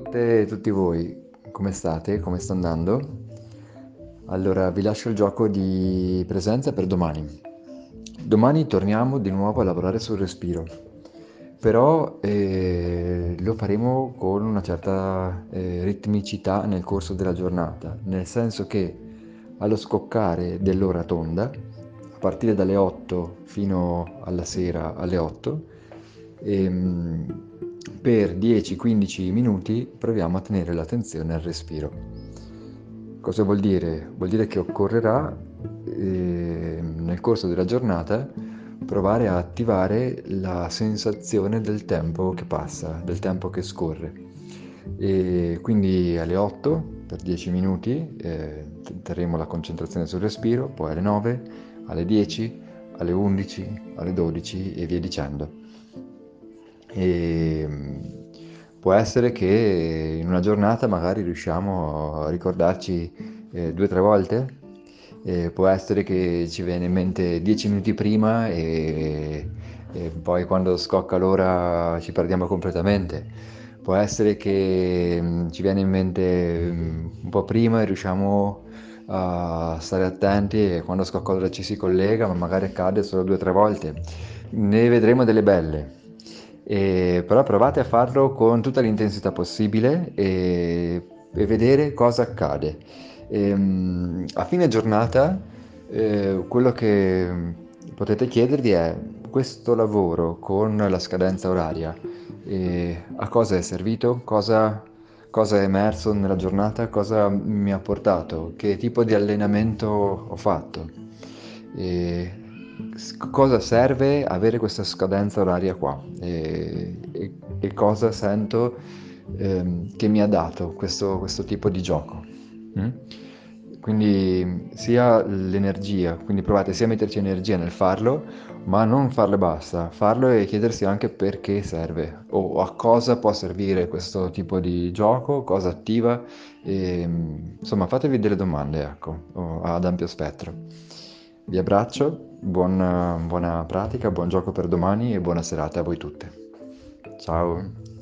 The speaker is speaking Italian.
tutti voi, come state? Come sta andando? Allora, vi lascio il gioco di presenza per domani. Domani torniamo di nuovo a lavorare sul respiro, però lo faremo con una certa ritmicità nel corso della giornata, nel senso che allo scoccare dell'ora tonda, a partire dalle 8 fino alla sera alle 8, per 10-15 minuti proviamo a tenere l'attenzione al respiro. Cosa vuol dire? Vuol dire che occorrerà nel corso della giornata provare a attivare la sensazione del tempo che passa, del tempo che scorre. E quindi alle 8 per 10 minuti terremo la concentrazione sul respiro, poi alle 9, alle 10, alle 11, alle 12 e via dicendo. E può essere che in una giornata magari riusciamo a ricordarci 2 o 3 volte, può essere che ci viene in mente 10 minuti prima e poi quando scocca l'ora ci perdiamo completamente. Può essere che ci viene in mente un po' prima e riusciamo a stare attenti e quando scocca l'ora ci si collega, ma magari accade solo 2 o 3 volte. Ne vedremo delle belle. Però provate a farlo con tutta l'intensità possibile e vedere cosa accade. A fine giornata, quello che potete chiedervi è: questo lavoro con la scadenza oraria, a cosa è servito? Cosa è emerso nella giornata? Cosa mi ha portato? Che tipo di allenamento ho fatto? E cosa serve avere questa scadenza oraria qua? E cosa sento che mi ha dato questo tipo di gioco? Mm? Quindi sia l'energia, quindi provate sia a metterci energia nel farlo, ma non farlo e basta, farlo e chiedersi anche perché serve o a cosa può servire questo tipo di gioco, cosa attiva, insomma fatevi delle domande, ecco, ad ampio spettro. Vi abbraccio, buona pratica, buon gioco per domani e buona serata a voi tutte. Ciao!